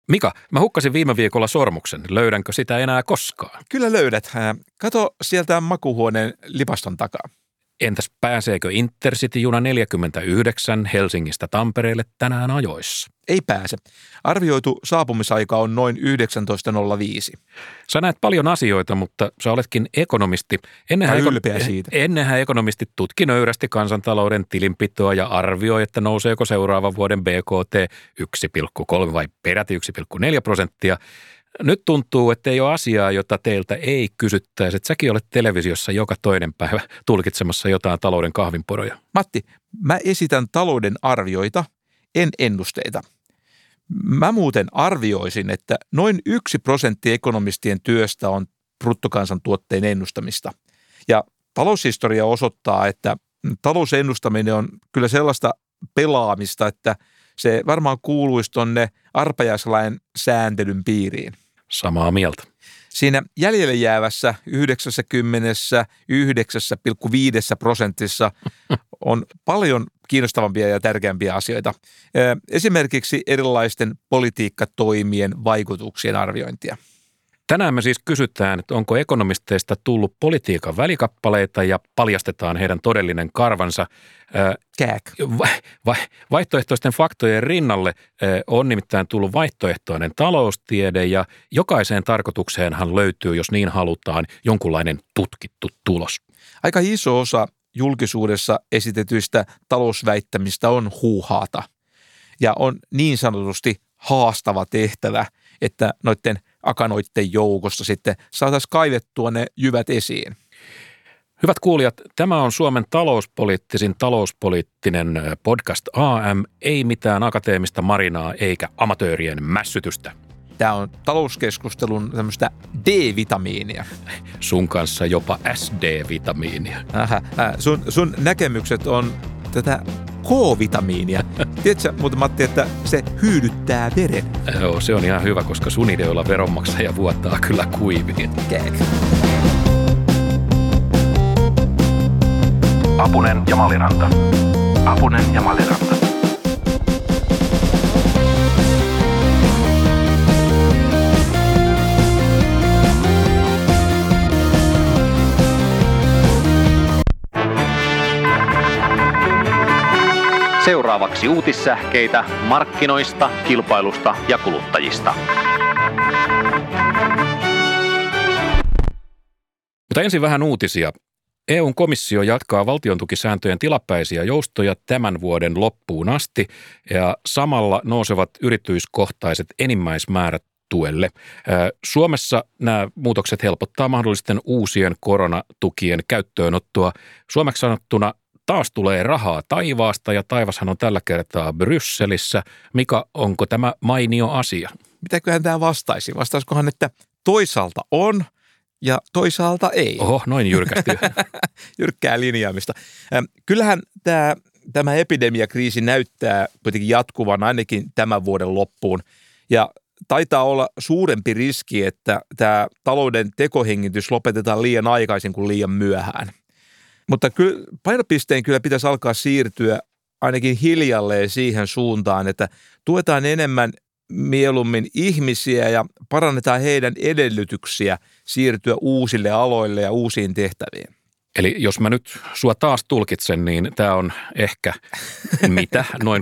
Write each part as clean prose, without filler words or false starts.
Mika, mä hukkasin viime viikolla sormuksen. Löydänkö sitä enää koskaan? Kyllä löydät. Kato sieltä makuuhuoneen lipaston takaa. Entäs pääseekö Intercity-juna 49 Helsingistä Tampereelle tänään ajoissa? Ei pääse. Arvioitu saapumisaika on noin 19.05. Sä näet paljon asioita, mutta sä oletkin ekonomisti. Ylpeä siitä. Ennenhän ekonomistit tutki nöyrästi kansantalouden tilinpitoa ja arvioi, että nouseeko seuraavan vuoden BKT 1,3 vai peräti 1,4%. Nyt tuntuu, että ei ole asiaa, jota teiltä ei kysyttäisi. Että säkin olet televisiossa joka toinen päivä tulkitsemassa jotain talouden kahvinporoja. Matti, mä esitän talouden arvioita, en ennusteita. Mä muuten arvioisin, että noin 1% ekonomistien työstä on bruttokansantuotteen ennustamista. Ja taloushistoria osoittaa, että talousennustaminen on kyllä sellaista pelaamista, että se varmaan kuuluisi tonne arpajaislain sääntelyn piiriin. Samaa mieltä. Siinä jäljelle jäävässä 99,5% on paljon kiinnostavampia ja tärkeämpiä asioita. Esimerkiksi erilaisten politiikkatoimien vaikutuksien arviointia. Tänään me siis kysytään, että onko ekonomisteista tullut politiikan välikappaleita ja paljastetaan heidän todellinen karvansa. Vaihtoehtoisten faktojen rinnalle on nimittäin tullut vaihtoehtoinen taloustiede ja jokaiseen tarkoitukseenhan löytyy, jos niin halutaan, jonkunlainen tutkittu tulos. Aika iso osa julkisuudessa esitetyistä talousväittämistä on huuhaata ja on niin sanotusti haastava tehtävä, että noiden akanoiden joukosta sitten saataisiin kaivettua ne jyvät esiin. Hyvät kuulijat, tämä on Suomen talouspoliittinen podcast AM, ei mitään akateemista marinaa eikä amatöörien mässytystä. Tämä on talouskeskustelun tämmöistä D-vitamiinia. Sun kanssa jopa SD-vitamiinia. Sun näkemykset on tätä K-vitamiinia. Tiedätkö muuten, Matti, että se hyydyttää veren? Joo, se on ihan hyvä, koska sun ideoilla veronmaksaja vuottaa kyllä kuiviin. Apunen ja Maliranta. Apunen ja Maliranta. Seuraavaksi uutissähkeitä markkinoista, kilpailusta ja kuluttajista. Mutta ensin vähän uutisia. EU:n komissio jatkaa valtiontukisääntöjen tilapäisiä joustoja tämän vuoden loppuun asti ja samalla nousevat yrityskohtaiset enimmäismäärät tuelle. Suomessa nämä muutokset helpottaa mahdollisten uusien koronatukien käyttöönottoa. Suomeksi sanottuna taas tulee rahaa taivaasta ja taivashan on tällä kertaa Brysselissä. Mika, onko tämä mainio asia? Mitäköhän tämä vastaisi? Vastaisikohan, että toisaalta on ja toisaalta ei? Oho, noin jyrkästi. Jyrkkää linjaamista. Kyllähän tämä epidemiakriisi näyttää kuitenkin jatkuvan ainakin tämän vuoden loppuun ja taitaa olla suurempi riski, että tämä talouden tekohengitys lopetetaan liian aikaisin kuin liian myöhään. Mutta kyllä painopisteen kyllä pitäisi alkaa siirtyä ainakin hiljalleen siihen suuntaan, että tuetaan enemmän mieluummin ihmisiä ja parannetaan heidän edellytyksiä siirtyä uusille aloille ja uusiin tehtäviin. Eli jos mä nyt sua taas tulkitsen, niin tämä on ehkä noin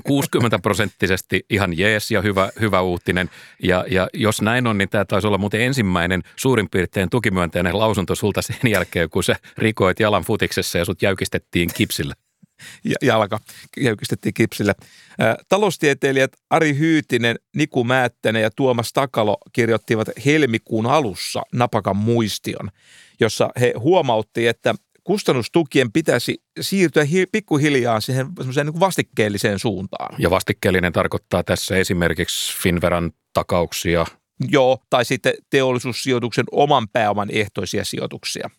60% ihan jees ja hyvä uutinen. Ja jos näin on, niin tämä taisi olla muuten ensimmäinen suurin piirtein tukimyönteinen lausunto sulta sen jälkeen, kun sä rikoit jalan futiksessa ja sut jäykistettiin kipsillä. Jalka jäykistettiin kipsillä. Taloustieteilijät Ari Hyytinen, Niku Määttänen ja Tuomas Takalo kirjoittivat helmikuun alussa napakan muistion, jossa he huomautti, että kustannustukien pitäisi siirtyä pikkuhiljaa siihen semmoiseen niin vastikkeelliseen suuntaan. Ja vastikkeellinen tarkoittaa tässä esimerkiksi Finnveran takauksia. Joo, tai sitten teollisuussijoituksen oman pääoman ehtoisia sijoituksia.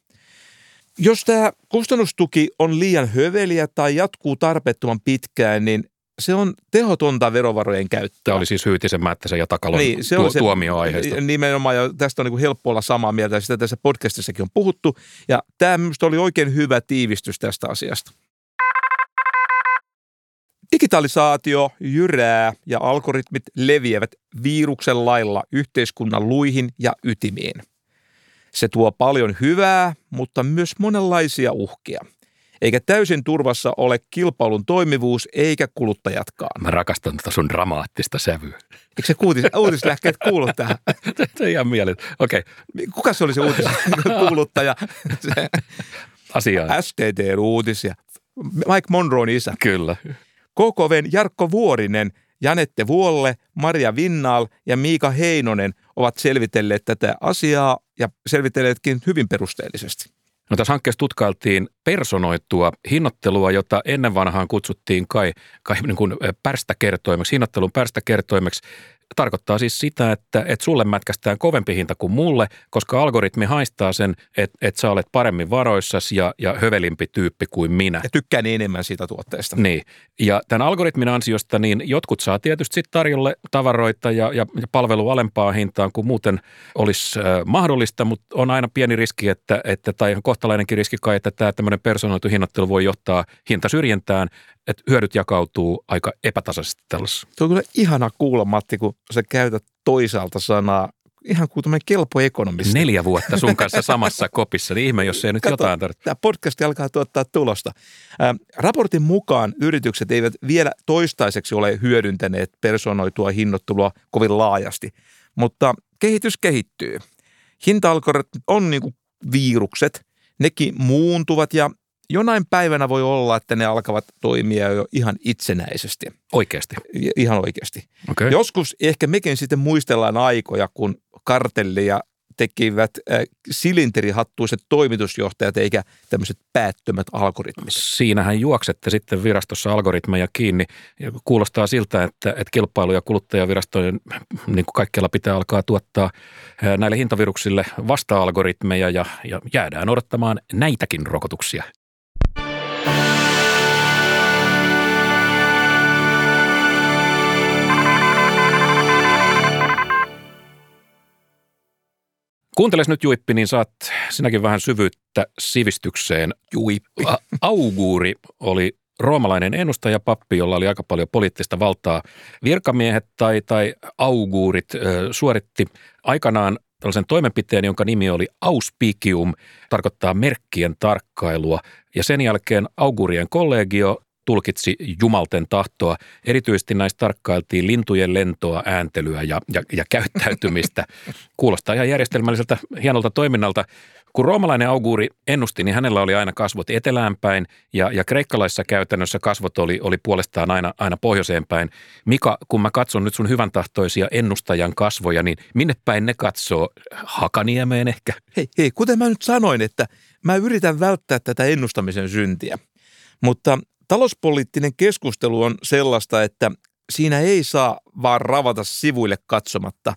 Jos tämä kustannustuki on liian höveliä tai jatkuu tarpeettoman pitkään, niin se on tehotonta verovarojen käyttöä. Tämä oli siis Hyytisen, Määttäsen ja Takalon tuomioaiheesta. Nimenomaan, ja tästä on niin kuin helppo olla samaa mieltä, ja sitä tässä podcastissakin on puhuttu, ja tämä minusta oli oikein hyvä tiivistys tästä asiasta. Digitalisaatio jyrää ja algoritmit leviävät viruksen lailla yhteiskunnan luihin ja ytimiin. Se tuo paljon hyvää, mutta myös monenlaisia uhkia. Eikä täysin turvassa ole kilpailun toimivuus eikä kuluttajatkaan. Mä rakastan tätä sun dramaattista sävyä. Eikö se uutislähkeet kuulu tähän? Se on ihan mieletön. Okei. Kuka se oli se uutiskuuluttaja? Asiaan. STT-uutisia. Mike Monroen isä. Kyllä. KKV:n Jarkko Vuorinen, Janette Vuolle, Maria Vinnal ja Miika Heinonen ovat selvitelleet tätä asiaa ja selvitelleetkin hyvin perusteellisesti. No, tässä hankkeessa tutkailtiin personoitua hinnoittelua, jota ennen vanhaan kutsuttiin kai niin kuin pärstäkertoimeksi, hinnoittelun pärstäkertoimeksi. Tarkoittaa siis sitä, että sulle mätkästään kovempi hinta kuin mulle, koska algoritmi haistaa sen, että sä olet paremmin varoissasi ja hövelimpi tyyppi kuin minä. Ja tykkää niin enemmän siitä tuotteesta. Niin. Ja tämän algoritmin ansiosta niin jotkut saa tietysti sit tarjolle tavaroita ja palvelu alempaa hintaan kuin muuten olisi mahdollista, mutta on aina pieni riski, tai ihan kohtalainenkin riski kai, että tämä tämmöinen personoitu hinnoittelu voi johtaa hintasyrjintään, että hyödyt jakautuu aika epätasaisesti tällaisessa. Tuo on kyllä ihana kuulla, Matti, kun sä käytät toisaalta sanaa, ihan kuin tämmöinen kelpo ekonomisti. 4 vuotta sun kanssa samassa kopissa, niin ihme, jos ei nyt jotain tarvitse. Tämä podcast alkaa tuottaa tulosta. Raportin mukaan yritykset eivät vielä toistaiseksi ole hyödyntäneet personoitua hinnoittelua kovin laajasti, mutta kehitys kehittyy. Hinta-algoritmit on niin kuin virukset, nekin muuntuvat ja jonain päivänä voi olla, että ne alkavat toimia jo ihan itsenäisesti. Oikeasti? Ihan oikeasti. Okay. Joskus ehkä mekin sitten muistellaan aikoja, kun kartellia tekivät silinterihattuiset toimitusjohtajat eikä tämmöiset päättömät algoritmit. Siinähän juoksette sitten virastossa algoritmeja kiinni. Kuulostaa siltä, että kilpailu- ja kuluttajavirastojen niin kuin kaikkialla pitää alkaa tuottaa näille hintaviruksille vasta-algoritmeja ja jäädään odottamaan näitäkin rokotuksia. Kuunteles nyt, Juippi, niin saat sinäkin vähän syvyyttä sivistykseen. Juippi. Auguuri oli roomalainen ennustajapappi, jolla oli aika paljon poliittista valtaa. Virkamiehet tai auguurit suoritti aikanaan tällaisen toimenpiteen, jonka nimi oli auspicium, tarkoittaa merkkien tarkkailua. Ja sen jälkeen auguurien kollegio tulkitsi jumalten tahtoa. Erityisesti näistä tarkkailtiin lintujen lentoa, ääntelyä ja käyttäytymistä. Kuulostaa ihan järjestelmälliseltä, hienolta toiminnalta. Kun roomalainen auguuri ennusti, niin hänellä oli aina kasvot eteläänpäin ja kreikkalaisessa käytännössä kasvot oli puolestaan aina pohjoiseen päin. Mika, kun mä katson nyt sun hyvän tahtoisia ennustajan kasvoja, niin minne päin ne katsoo? Hakaniemeen ehkä? Hei, kuten mä nyt sanoin, että mä yritän välttää tätä ennustamisen syntiä, mutta talouspoliittinen keskustelu on sellaista, että siinä ei saa vaan ravata sivuille katsomatta.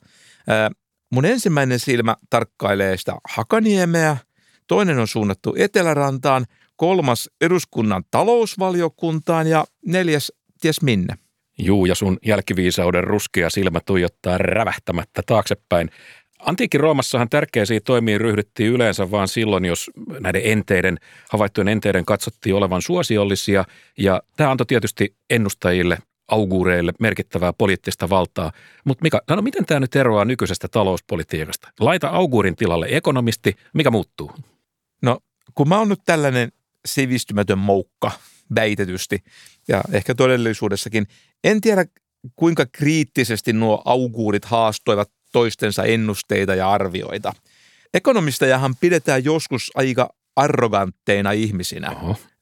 Mun ensimmäinen silmä tarkkailee sitä Hakaniemeä, toinen on suunnattu Etelärantaan, 3. eduskunnan talousvaliokuntaan ja 4. ties minne. Juu, ja sun jälkiviisauden ruskea silmä tuijottaa rävähtämättä taaksepäin. Antiikin Roomassahan tärkeisiin toimiin ryhdyttiin yleensä vaan silloin, jos näiden havaittujen enteiden katsottiin olevan suosiollisia, ja tämä antoi tietysti ennustajille, auguureille merkittävää poliittista valtaa. Mutta Mika, sano, miten tämä nyt eroaa nykyisestä talouspolitiikasta? Laita auguurin tilalle ekonomisti, mikä muuttuu? No, kun mä oon nyt tällainen sivistymätön moukka väitetysti, ja ehkä todellisuudessakin, en tiedä kuinka kriittisesti nuo auguurit haastoivat toistensa ennusteita ja arvioita. Ekonomistejahan pidetään joskus aika arrogantteina ihmisinä,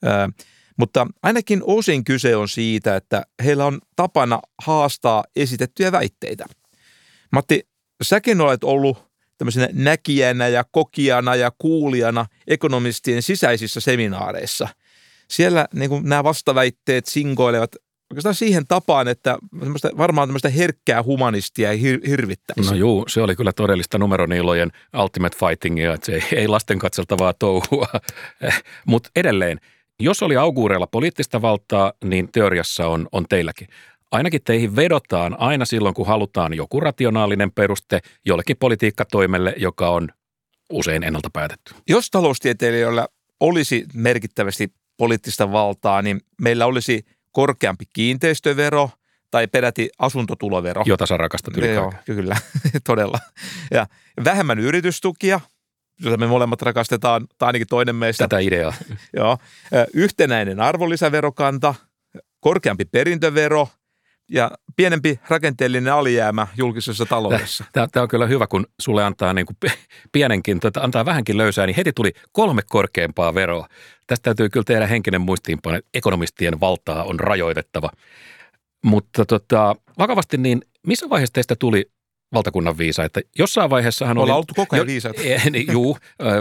mutta ainakin osin kyse on siitä, että heillä on tapana haastaa esitettyjä väitteitä. Matti, säkin olet ollut tämmöisenä näkijänä ja kokijana ja kuulijana ekonomistien sisäisissä seminaareissa. Siellä niin kuin nämä vastaväitteet sinkoilevat oikeastaan siihen tapaan, että varmaan tämmöistä herkkää humanistia ei hirvittäisi. No juu, se oli kyllä todellista numeroniilojen ultimate fightingia, että se ei lasten katseltavaa touhua. Mutta edelleen, jos oli auguureilla poliittista valtaa, niin teoriassa on teilläkin. Ainakin teihin vedotaan aina silloin, kun halutaan joku rationaalinen peruste jollekin politiikkatoimelle, joka on usein ennalta päätetty. Jos taloustieteilijöillä olisi merkittävästi poliittista valtaa, niin meillä olisi korkeampi kiinteistövero tai peräti asuntotulovero. Jota sä rakastat yli Joo, kyllä, todella. Ja vähemmän yritystukia, jota me molemmat rakastetaan, tai ainakin toinen meistä. Tätä ideaa. Joo. Yhtenäinen arvonlisäverokanta, korkeampi perintövero ja pienempi rakenteellinen alijäämä julkisessa taloudessa. Tämä on kyllä hyvä, kun sulle antaa niin kuin pienenkin, antaa vähänkin löysää, niin heti tuli 3 korkeampaa veroa. Tästä täytyy kyllä tehdä henkinen muistiinpano, että ekonomistien valtaa on rajoitettava. Mutta vakavasti, niin missä vaiheessa teistä tuli valtakunnan viisaita? Jossain vaiheessahan oli... Ollaan oltu koko ajan viisaita. Juu,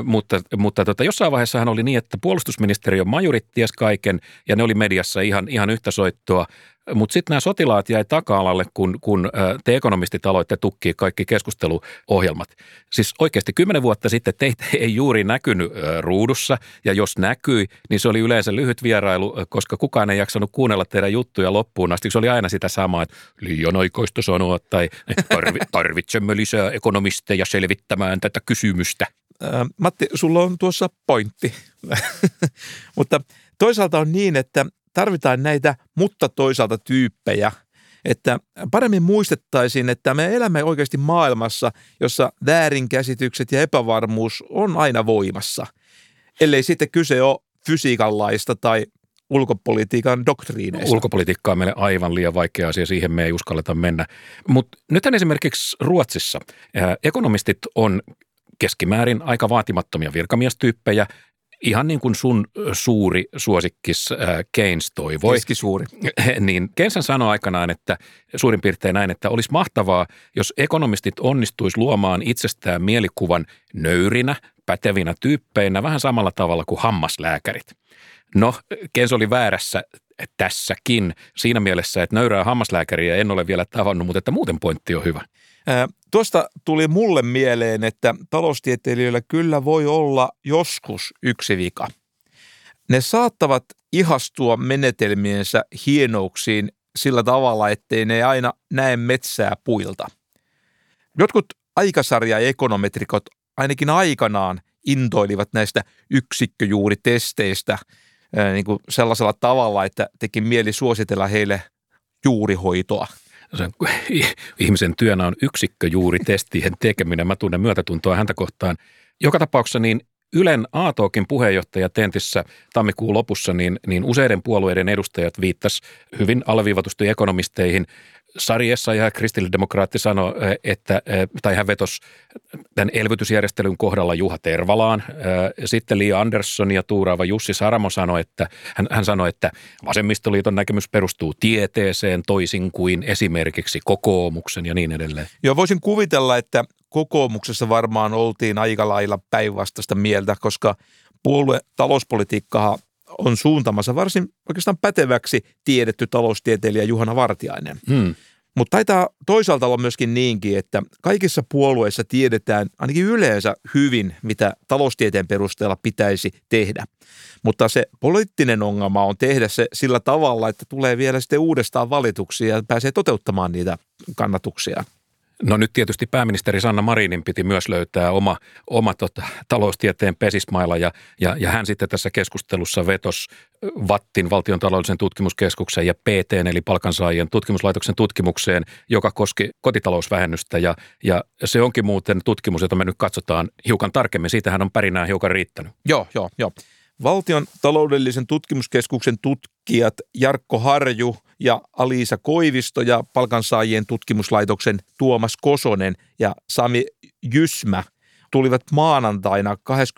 mutta jossain vaiheessahan oli niin, että puolustusministeriön majuri ties kaiken ja ne oli mediassa ihan yhtä soittoa. Mutta sitten nämä sotilaat jäi taka-alalle, kun te ekonomistit aloitte tukkii kaikki keskusteluohjelmat. Siis oikeasti 10 vuotta sitten teitä ei juuri näkynyt ruudussa, ja jos näkyi, niin se oli yleensä lyhyt vierailu, koska kukaan ei jaksanut kuunnella teidän juttuja loppuun asti. Se oli aina sitä samaa, että liian aikoista sanoa, tai tarvitsemme lisää ekonomisteja selvittämään tätä kysymystä. Matti, sulla on tuossa pointti, mutta toisaalta on niin, että tarvitaan näitä, mutta toisaalta tyyppejä, että paremmin muistettaisiin, että me elämme oikeasti maailmassa, jossa väärinkäsitykset ja epävarmuus on aina voimassa, ellei sitten kyse ole fysiikan laista tai ulkopolitiikan doktriineista. Ulkopolitiikka on meille aivan liian vaikea asia, siihen me ei uskalleta mennä. Mutta nythän esimerkiksi Ruotsissa ekonomistit on keskimäärin aika vaatimattomia virkamiestyyppejä, ihan niin kuin sun suuri suosikkis Keynes toivoi. Keskisuuri. Niin Keynes sanoi aikanaan, että suurin piirtein näin, että olisi mahtavaa, jos ekonomistit onnistuisi luomaan itsestään mielikuvan nöyrinä, pätevinä tyyppeinä, vähän samalla tavalla kuin hammaslääkärit. No, Keynes oli väärässä tässäkin siinä mielessä, että nöyrää hammaslääkäriä en ole vielä tavannut, mutta että muuten pointti on hyvä. Tuosta tuli mulle mieleen, että taloustieteilijöillä kyllä voi olla joskus yksi vika. Ne saattavat ihastua menetelmiensä hienouksiin sillä tavalla, ettei ne aina näe metsää puilta. Jotkut aikasarja-ekonometrikot ainakin aikanaan intoilivat näistä yksikköjuuritesteistä niin kuin sellaisella tavalla, että teki mieli suositella heille juurihoitoa. Ihmisen työnä on yksikköjuuritestien tekeminen. Mä tunnen myötätuntoa häntä kohtaan. Joka tapauksessa niin Ylen A-Talkin puheenjohtaja Tentissä tammikuun lopussa, niin useiden puolueiden edustajat viittasi hyvin alleviivatusti ekonomisteihin. Sari Essayah, kristillisdemokraatti, sanoi, tai hän vetosi tämän elvytysjärjestelyn kohdalla Juha Tervalaan. Sitten Li Andersson ja tuuraava Jussi Saramo sanoi, että hän sanoi, että vasemmistoliiton näkemys perustuu tieteeseen toisin kuin esimerkiksi kokoomuksen ja niin edelleen. Joo, voisin kuvitella, että kokoomuksessa varmaan oltiin aika lailla päinvastaista mieltä, koska puolue talouspolitiikkaa on suuntamassa varsin oikeastaan päteväksi tiedetty taloustieteilijä Juhana Vartiainen. Mutta taitaa toisaalta olla myöskin niinkin, että kaikissa puolueissa tiedetään ainakin yleensä hyvin, mitä taloustieteen perusteella pitäisi tehdä. Mutta se poliittinen ongelma on tehdä se sillä tavalla, että tulee vielä sitten uudestaan valituksia ja pääsee toteuttamaan niitä kannatuksia. No nyt tietysti pääministeri Sanna Marinin piti myös löytää oma taloustieteen pesismailla ja hän sitten tässä keskustelussa vetosi VATTin valtion taloudellisen tutkimuskeskuksen ja PT:n eli palkansaajien tutkimuslaitoksen tutkimukseen, joka koski kotitalousvähennystä ja se onkin muuten tutkimus, jota me nyt katsotaan hiukan tarkemmin. Siitähän on pärinää hiukan riittänyt. Joo. Valtion taloudellisen tutkimuskeskuksen tutkijat Jarkko Harju ja Aliisa Koivisto ja palkansaajien tutkimuslaitoksen Tuomas Kosonen ja Sami Jysmä tulivat maanantaina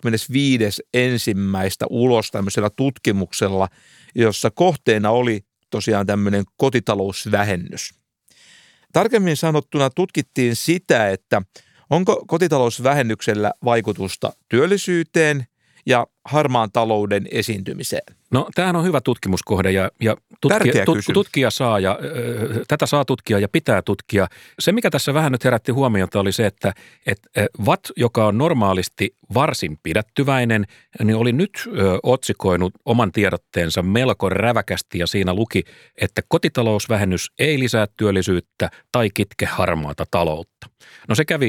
25.1. ulos tämmöisellä tutkimuksella, jossa kohteena oli tosiaan tämmöinen kotitalousvähennys. Tarkemmin sanottuna tutkittiin sitä, että onko kotitalousvähennyksellä vaikutusta työllisyyteen ja harmaan talouden esiintymiseen. No tämähän on hyvä tutkimuskohde ja tutkija saa ja tätä saa tutkia ja pitää tutkia. Se, mikä tässä vähän nyt herätti huomiota, oli se, että VAT, joka on normaalisti varsin pidättyväinen, niin oli nyt otsikoinut oman tiedotteensa melko räväkästi ja siinä luki, että kotitalousvähennys ei lisää työllisyyttä tai kitke harmaata taloutta. No se kävi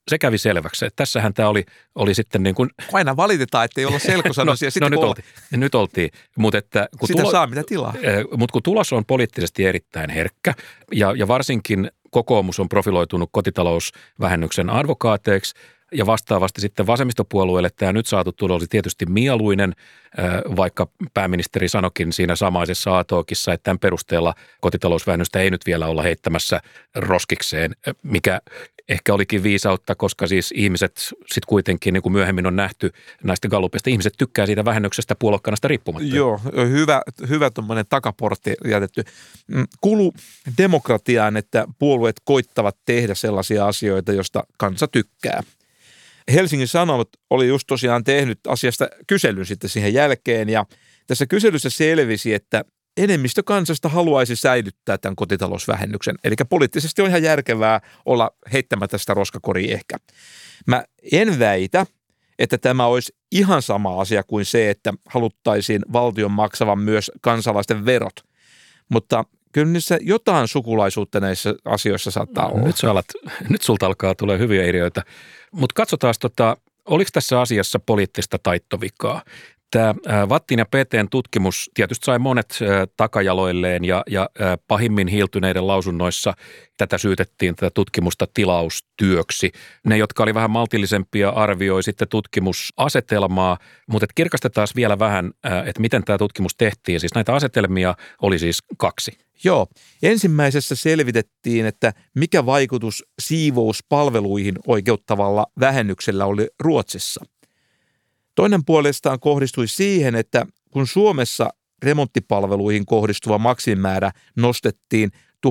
se kävi selväksi. Että tässähän tämä oli sitten niin kuin... Aina valitetaan, että ei olla selkosanoisia. Nyt oltiin. Mutta sitä saa mitä tilaa. Mutta kun tulos on poliittisesti erittäin herkkä ja varsinkin kokoomus on profiloitunut kotitalousvähennyksen advokaateiksi, ja vastaavasti sitten vasemmistopuolueelle tämä nyt saatu tulos oli tietysti mieluinen, vaikka pääministeri sanokin siinä samaisessa A-talkissa, että tämän perusteella kotitalousvähennystä ei nyt vielä olla heittämässä roskikseen, mikä ehkä olikin viisautta, koska siis ihmiset sitten kuitenkin, niin kuin myöhemmin on nähty näistä gallupista, ihmiset tykkää siitä vähennyksestä puoluekannasta riippumatta. Joo, hyvä tuommoinen takaportti jätetty. Kuuluu demokratiaan, että puolueet koittavat tehdä sellaisia asioita, joista kansa tykkää. Helsingin Sanomat oli just tosiaan tehnyt asiasta kyselyn sitten siihen jälkeen ja tässä kyselyssä selvisi, että enemmistö kansasta haluaisi säilyttää tämän kotitalousvähennyksen. Eli poliittisesti on ihan järkevää olla heittämättä sitä roskakoriin ehkä. Mä en väitä, että tämä olisi ihan sama asia kuin se, että haluttaisiin valtion maksavan myös kansalaisten verot. Mutta kyllä niissä jotain sukulaisuutta näissä asioissa saattaa olla. Nyt sulta alkaa tulee hyviä ideoita. Mutta katsotaan, oliko tässä asiassa poliittista taittovikaa? Tämä Vattin ja PT:n tutkimus tietysti sai monet takajaloilleen ja pahimmin hiiltyneiden lausunnoissa tätä syytettiin tätä tutkimusta tilaustyöksi. Ne, jotka oli vähän maltillisempia, arvioi sitten tutkimusasetelmaa, mutta kirkastetaan vielä vähän, että miten tämä tutkimus tehtiin. Siis näitä asetelmia oli siis 2. Joo. Ensimmäisessä selvitettiin, että mikä vaikutus siivouspalveluihin oikeuttavalla vähennyksellä oli Ruotsissa. Toinen puolestaan kohdistui siihen, että kun Suomessa remonttipalveluihin kohdistuva maksimimäärä nostettiin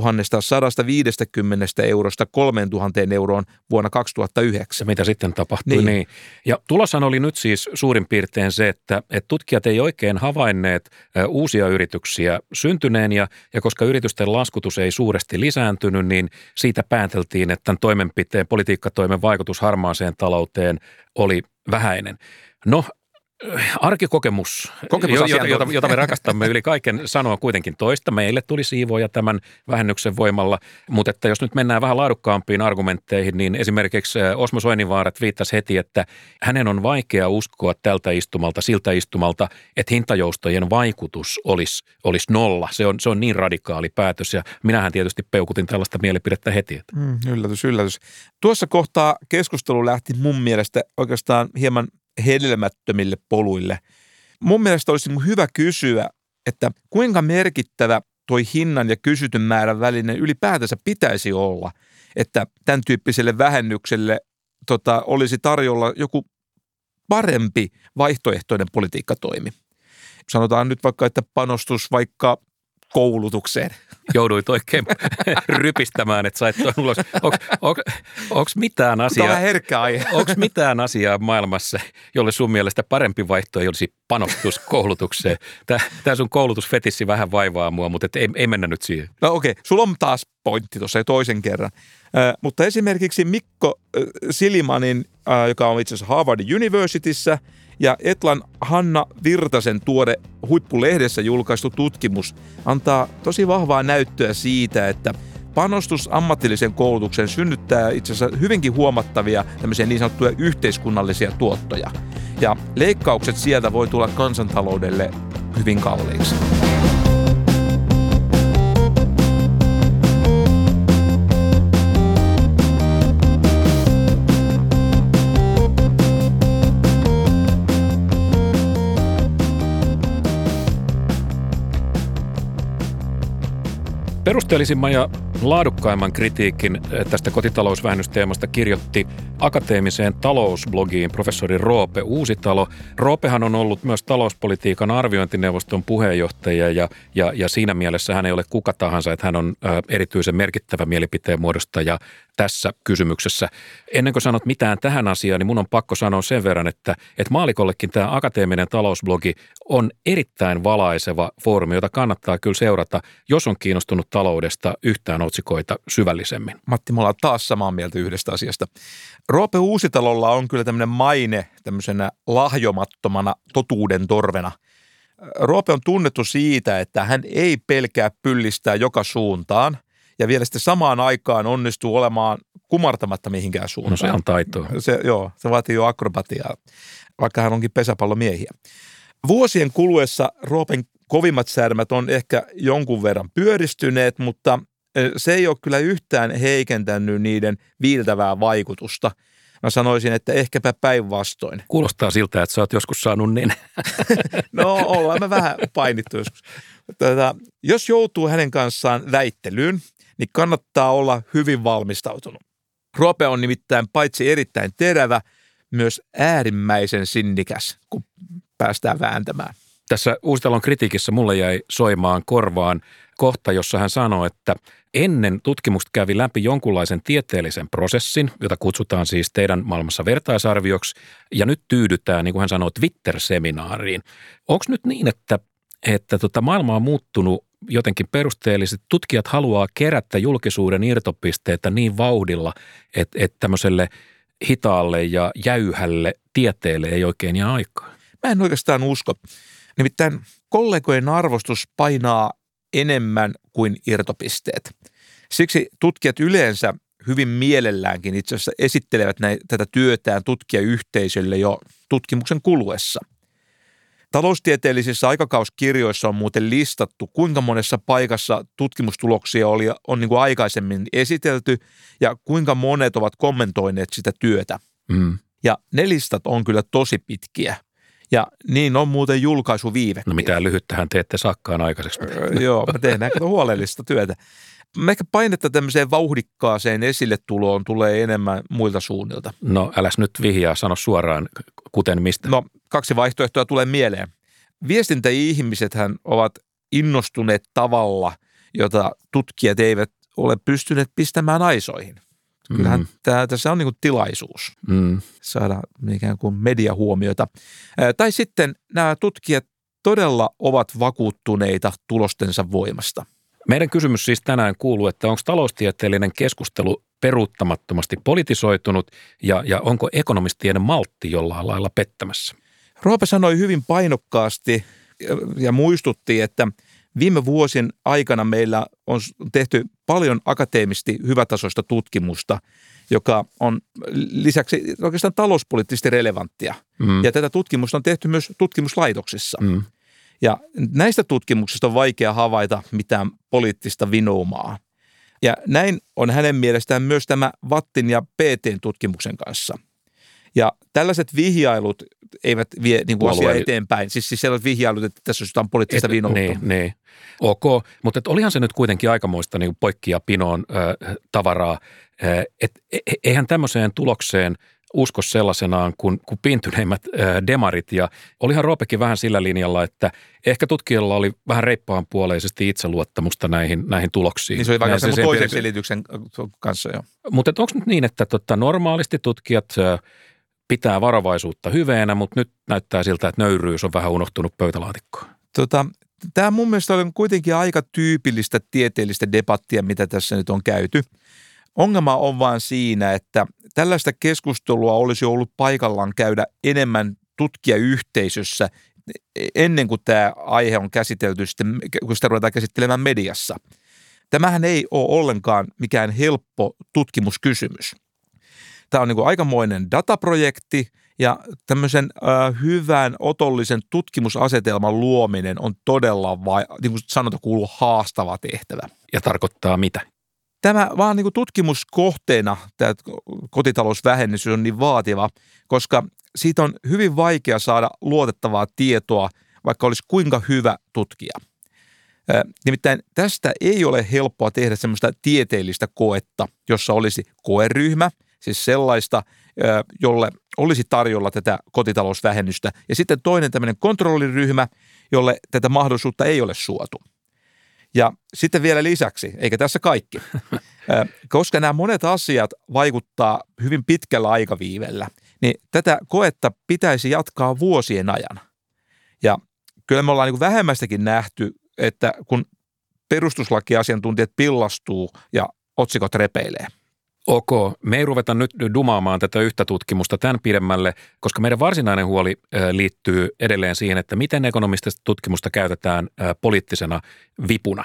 1150 eurosta 3000 euroon vuonna 2009. Mitä sitten tapahtui? Niin. Ja tuloshan oli nyt siis suurin piirtein se, että tutkijat ei oikein havainneet uusia yrityksiä syntyneen ja koska yritysten laskutus ei suuresti lisääntynyt, niin siitä pääteltiin, että tämän toimenpiteen, politiikkatoimen vaikutus harmaaseen talouteen oli vähäinen. No, arkikokemus, jota me rakastamme yli kaiken, sanoo kuitenkin toista. Meille tuli siivoja tämän vähennyksen voimalla, mutta että jos nyt mennään vähän laadukkaampiin argumentteihin, niin esimerkiksi Osmo Soininvaarat viittasi heti, että hänen on vaikea uskoa siltä istumalta, että hintajoustojen vaikutus olisi nolla. Se on niin radikaali päätös ja minähän tietysti peukutin tällaista mielipidettä heti. Yllätys. Tuossa kohtaa keskustelu lähti mun mielestä oikeastaan hieman hedelmättömille poluille. Mun mielestä olisi hyvä kysyä, että kuinka merkittävä toi hinnan ja kysytyn määrän välinen ylipäätänsä pitäisi olla, että tämän tyyppiselle vähennykselle olisi tarjolla joku parempi vaihtoehtoinen politiikkatoimi. Sanotaan nyt vaikka, että panostus vaikka koulutukseen. Jouduit oikein rypistämään, että sait tuon ulos. Onko mitään asiaa? Tämä on herkkä aihe. Onko mitään asiaa maailmassa, jolle sun mielestä parempi vaihtoehto olisi panostus koulutukseen? Tämä sun koulutusfetissi vähän vaivaa mua, mutta ei mennä nyt siihen. No okei, sulla on taas pointti tuossa toisen kerran. Mutta esimerkiksi Mikko Silimanin, joka on itse asiassa Harvard Universityssä, ja Etlan Hanna Virtasen tuore Huippulehdessä julkaistu tutkimus antaa tosi vahvaa näyttöä siitä, että panostus ammatillisen koulutuksen synnyttää itse asiassa hyvinkin huomattavia tämmöisiä niin sanottuja yhteiskunnallisia tuottoja. Ja leikkaukset sieltä voi tulla kansantaloudelle hyvin kalliiksi. Perusteellisimman ja laadukkaimman kritiikin tästä kotitalousvähennysteemasta kirjoitti akateemiseen talousblogiin professori Roope Uusitalo. Roopehan on ollut myös talouspolitiikan arviointineuvoston puheenjohtaja ja siinä mielessä hän ei ole kuka tahansa, että hän on erityisen merkittävä mielipiteen muodostaja tässä kysymyksessä. Ennen kuin sanot mitään tähän asiaan, niin mun on pakko sanoa sen verran, että maalikollekin tämä akateeminen talousblogi on erittäin valaiseva foorumi, jota kannattaa kyllä seurata, jos on kiinnostunut taloudesta yhtään otsikoita syvällisemmin. Matti, me ollaan taas samaa mieltä yhdestä asiasta. Roope Uusitalolla on kyllä tämmöinen maine tämmöisenä lahjomattomana totuuden torvena. Roope on tunnettu siitä, että hän ei pelkää pyllistää joka suuntaan ja vielä sitten samaan aikaan onnistuu olemaan kumartamatta mihinkään suuntaan. No se on taitoa. Se vaatii jo akrobatiaa, vaikka hän onkin pesäpallomiehiä. Vuosien kuluessa Roopen kovimmat särmät on ehkä jonkun verran pyöristyneet, mutta se ei ole kyllä yhtään heikentänyt niiden viiltävää vaikutusta. Mä sanoisin, että ehkäpä päinvastoin. Kuulostaa siltä, että sä oot joskus saanut niin. No, ollaan me vähän painittu joskus. Jos joutuu hänen kanssaan väittelyyn, niin kannattaa olla hyvin valmistautunut. Roope on nimittäin paitsi erittäin terävä, myös äärimmäisen sinnikäs, kun päästään vääntämään. Tässä Uusitalon kritiikissä mulle jäi soimaan korvaan kohta, jossa hän sanoi, että ennen tutkimusta kävi läpi jonkunlaisen tieteellisen prosessin, jota kutsutaan siis teidän maailmassa vertaisarvioksi, ja nyt tyydytään, niin kuin hän sanoi, Twitter-seminaariin. Onko nyt niin, että maailma on muuttunut jotenkin perusteellisesti? Tutkijat haluaa kerätä julkisuuden irtopisteitä niin vauhdilla, että tämmöiselle hitaalle ja jäyhälle tieteelle ei oikein jää aikaa. Mä en oikeastaan usko. Nimittäin kollegojen arvostus painaa enemmän kuin irtopisteet. Siksi tutkijat yleensä hyvin mielelläänkin itse asiassa esittelevät tätä työtään tutkijayhteisölle jo tutkimuksen kuluessa. Taloustieteellisissä aikakauskirjoissa on muuten listattu, kuinka monessa paikassa tutkimustuloksia on niin kuin aikaisemmin esitelty ja kuinka monet ovat kommentoineet sitä työtä. Ja ne listat on kyllä tosi pitkiä. Ja niin on muuten julkaisuviive. No mitään lyhyttähän te ette saakkaan aikaiseksi. Joo, me tehdään huolellista työtä. Ehkä painetta tämmöiseen vauhdikkaaseen esille tuloon tulee enemmän muilta suunnilta. No äläs nyt vihjaa, sano suoraan, kuten mistä. No 2 vaihtoehtoa tulee mieleen. Viestintäihmisethän ovat innostuneet tavalla, jota tutkijat eivät ole pystyneet pistämään aisoihin. Kyllähän tässä on niin kuin tilaisuus saada ikään kuin mediahuomiota. Tai sitten nämä tutkijat todella ovat vakuuttuneita tulostensa voimasta. Meidän kysymys siis tänään kuuluu, että onko taloustieteellinen keskustelu peruuttamattomasti politisoitunut ja onko ekonomistien maltti jollain lailla pettämässä? Roope sanoi hyvin painokkaasti ja muistutti, että viime vuosien aikana meillä on tehty paljon akateemisesti hyvätasoista tutkimusta, joka on lisäksi oikeastaan talouspoliittisesti relevanttia. Ja tätä tutkimusta on tehty myös tutkimuslaitoksissa. Ja näistä tutkimuksista on vaikea havaita mitään poliittista vinoumaa. Ja näin on hänen mielestään myös tämä Vattin ja PT:n tutkimuksen kanssa. Ja tällaiset vihjailut eivät vie niin kuin asiaa eteenpäin. Siis sellaiset vihjailut, että tässä on jotain poliittista vinoutta. Niin. Ok, mutta olihan se nyt kuitenkin aikamoista niin poikkia pinoon tavaraa. Eihän tämmöiseen tulokseen usko sellaisenaan kuin piintyneimmät demarit. Ja olihan Roopekin vähän sillä linjalla, että ehkä tutkijalla oli vähän reippaanpuoleisesti itseluottamusta näihin tuloksiin. Niin se oli vaikka sen toisen selityksen kanssa jo. Mutta onko nyt niin, että normaalisti tutkijat pitää varovaisuutta hyveenä, mutta nyt näyttää siltä, että nöyryys on vähän unohtunut pöytälaatikkoon? Tämä mun mielestä on kuitenkin aika tyypillistä tieteellistä debattia, mitä tässä nyt on käyty. Ongelma on vaan siinä, että tällaista keskustelua olisi ollut paikallaan käydä enemmän tutkijayhteisössä ennen kuin tämä aihe on käsitelty, sitten, kun sitä ruvetaan käsittelemään mediassa. Tämähän ei ole ollenkaan mikään helppo tutkimuskysymys. Tämä on niin kuin aikamoinen dataprojekti ja tämmöisen hyvän otollisen tutkimusasetelman luominen on todella, niin kuin sanota, kuuluu haastava tehtävä. Ja tarkoittaa mitä? Tämä vaan niin kuin tutkimuskohteena, tämä kotitalousvähennys on niin vaativa, koska siitä on hyvin vaikea saada luotettavaa tietoa, vaikka olisi kuinka hyvä tutkija. Nimittäin tästä ei ole helppoa tehdä semmoista tieteellistä koetta, jossa olisi koeryhmä, siis sellaista, jolle olisi tarjolla tätä kotitalousvähennystä, ja sitten toinen tämmöinen kontrolliryhmä, jolle tätä mahdollisuutta ei ole suotu. Ja sitten vielä lisäksi, eikä tässä kaikki, koska nämä monet asiat vaikuttaa hyvin pitkällä aikaviivellä, niin tätä koetta pitäisi jatkaa vuosien ajan. Ja kyllä me ollaan niin kuin vähemmästäkin nähty, että kun perustuslakiasiantuntijat pillastuu ja otsikot repeilee. Ok, me ei ruveta nyt dumaamaan tätä yhtä tutkimusta tämän pidemmälle, koska meidän varsinainen huoli liittyy edelleen siihen, että miten ekonomistista tutkimusta käytetään poliittisena vipuna.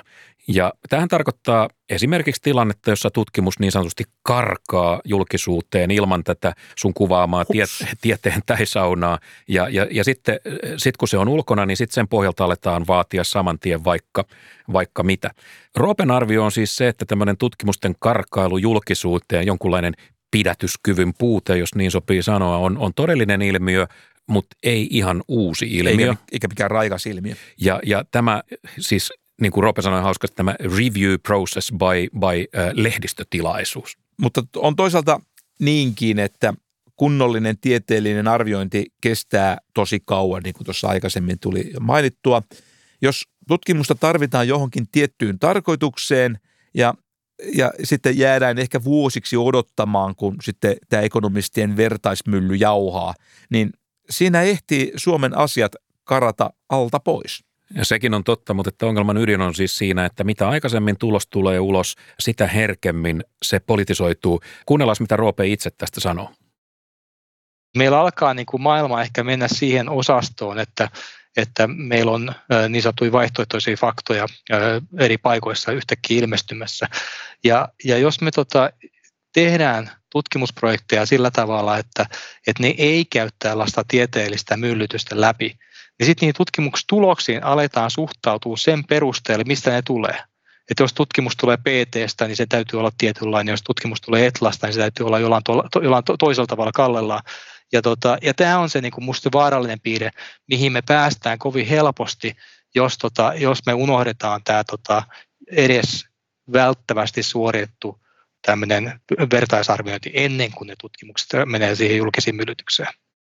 Ja tämähän tarkoittaa esimerkiksi tilannetta, jossa tutkimus niin sanotusti karkaa julkisuuteen ilman tätä sun kuvaamaa tieteen täisaunaa. Ja sitten kun se on ulkona, niin sitten sen pohjalta aletaan vaatia saman tien vaikka mitä. Roopen arvio on siis se, että tämmöinen tutkimusten karkailu julkisuuteen, jonkunlainen pidätyskyvyn puute, jos niin sopii sanoa, on todellinen ilmiö, mutta ei ihan uusi ilmiö. Eikä mikään raikas ilmiö. Ja tämä siis, niin kuin Roope sanoi hauskasti, tämä review process by lehdistötilaisuus. Mutta on toisaalta niinkin, että kunnollinen tieteellinen arviointi kestää tosi kauan, niin kuin tuossa aikaisemmin tuli mainittua. Jos tutkimusta tarvitaan johonkin tiettyyn tarkoitukseen ja sitten jäädään ehkä vuosiksi odottamaan, kun sitten tämä ekonomistien vertaismylly jauhaa, niin siinä ehtii Suomen asiat karata alta pois. Ja sekin on totta, mutta että ongelman ydin on siis siinä, että mitä aikaisemmin tulos tulee ulos, sitä herkemmin se politisoituu. Kuunnellaan, mitä Roope itse tästä sanoo. Meillä alkaa niin kuin maailma ehkä mennä siihen osastoon, että meillä on niin sanottuja vaihtoehtoisia faktoja eri paikoissa yhtäkkiä ilmestymässä. Ja jos me tehdään tutkimusprojekteja sillä tavalla, että ne ei käy tällaista tieteellistä myllytystä läpi, niin sitten niihin tutkimustuloksiin aletaan suhtautua sen perusteella, mistä ne tulee. Että jos tutkimus tulee PT:stä, niin se täytyy olla tietynlainen. Jos tutkimus tulee ETLasta, niin se täytyy olla jollain toisella tavalla kallellaan. Ja tämä on se niin kuin musta vaarallinen piirre, mihin me päästään kovin helposti, jos me unohdetaan tämä edes välttävästi suoritettu tämmöinen vertaisarviointi ennen kuin ne tutkimukset menee siihen julkisiin myllytykseen.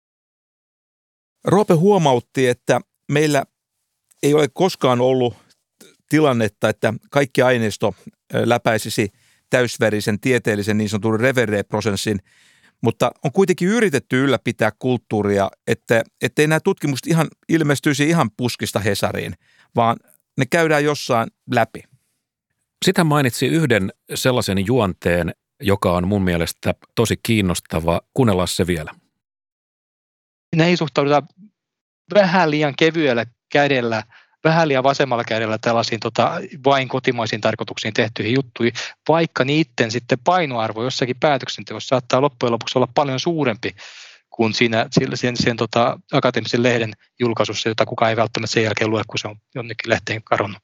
Roope huomautti, että meillä ei ole koskaan ollut tilannetta, että kaikki aineisto läpäisisi täysvärisen tieteellisen niin sanotun reveré-prosessin, mutta on kuitenkin yritetty ylläpitää kulttuuria, ettei nämä tutkimukset ilmestyisi ihan puskista Hesariin, vaan ne käydään jossain läpi. Sitten hän mainitsi yhden sellaisen juonteen, joka on mun mielestä tosi kiinnostava. Kuunnellaan se vielä. Näihin suhtaudutaan vähän liian kevyellä kädellä, vähän liian vasemmalla kädellä tällaisiin vain kotimaisiin tarkoituksiin tehtyihin juttuihin, vaikka niiden sitten painoarvo jossakin päätöksenteossa saattaa loppujen lopuksi olla paljon suurempi kuin sen akateemisen lehden julkaisussa, jota kukaan ei välttämättä sen jälkeen lue, kun se on jonnekin lehteen kadonnut.